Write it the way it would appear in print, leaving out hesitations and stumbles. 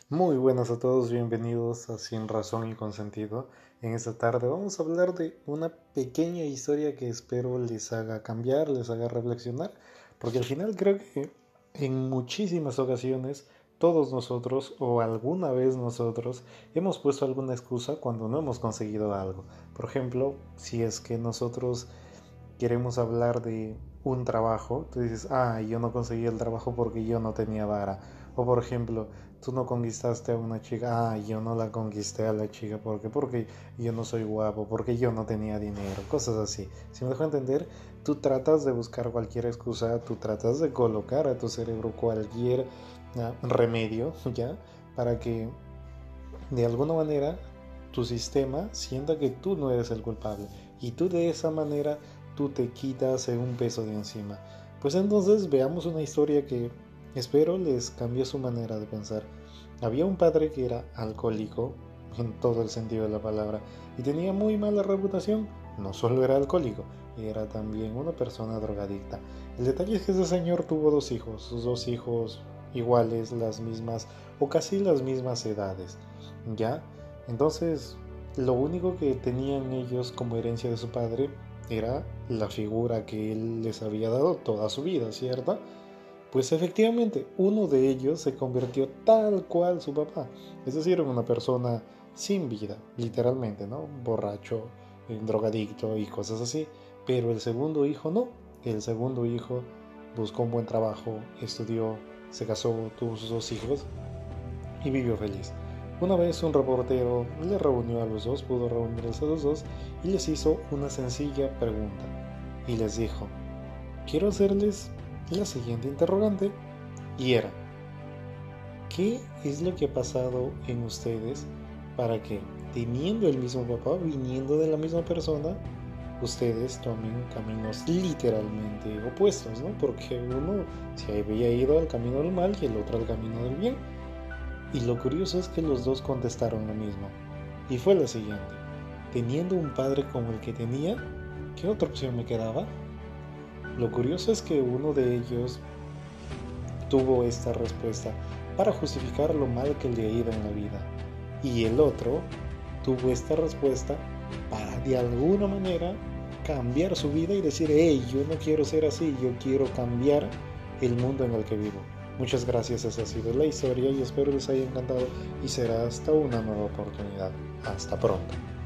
Muy buenas a todos, bienvenidos a Sin Razón y con Sentido. En esta tarde vamos a hablar de una pequeña historia que espero les haga cambiar, les haga reflexionar, porque al final creo que en muchísimas ocasiones todos nosotros o alguna vez nosotros hemos puesto alguna excusa cuando no hemos conseguido algo. Por ejemplo, si es que nosotros queremos hablar de un trabajo, tú dices, yo no conseguí el trabajo porque yo no tenía vara. O por ejemplo, tú no conquistaste a una chica, yo no la conquisté a la chica porque yo no soy guapo, porque yo no tenía dinero, cosas así. Si me dejo entender, tú tratas de buscar cualquier excusa, tú tratas de colocar a tu cerebro cualquier remedio, ¿ya? Para que de alguna manera tu sistema sienta que tú no eres el culpable y tú de esa manera tú te quitas un peso de encima. Pues entonces veamos una historia que espero les cambie su manera de pensar. Había un padre que era alcohólico en todo el sentido de la palabra y tenía muy mala reputación. No solo era alcohólico, era también una persona drogadicta. El detalle es que ese señor tuvo dos hijos, sus dos hijos iguales, las mismas o casi las mismas edades. ¿Ya? Entonces, lo único que tenían ellos como herencia de su padre era la figura que él les había dado toda su vida, ¿cierto? Pues efectivamente, uno de ellos se convirtió tal cual su papá, es decir, en una persona sin vida, literalmente, ¿no? Borracho, drogadicto y cosas así. Pero el segundo hijo no. El segundo hijo buscó un buen trabajo, estudió, se casó, tuvo sus dos hijos y vivió feliz. Una vez un reportero le reunió a los dos, pudo reunirlos a los dos y les hizo una sencilla pregunta. Y les dijo, quiero hacerles la siguiente interrogante. Y era, ¿qué es lo que ha pasado en ustedes para que, teniendo el mismo papá, viniendo de la misma persona, ustedes tomen caminos literalmente opuestos, ¿no? Porque uno se había ido al camino del mal y el otro al camino del bien. Y lo curioso es que los dos contestaron lo mismo. Y fue la siguiente. Teniendo un padre como el que tenía, ¿qué otra opción me quedaba? Lo curioso es que uno de ellos tuvo esta respuesta para justificar lo mal que le ha ido en la vida. Y el otro tuvo esta respuesta para de alguna manera cambiar su vida y decir, hey, yo no quiero ser así, yo quiero cambiar el mundo en el que vivo. Muchas gracias, esa ha sido la historia y espero les haya encantado y será hasta una nueva oportunidad. Hasta pronto.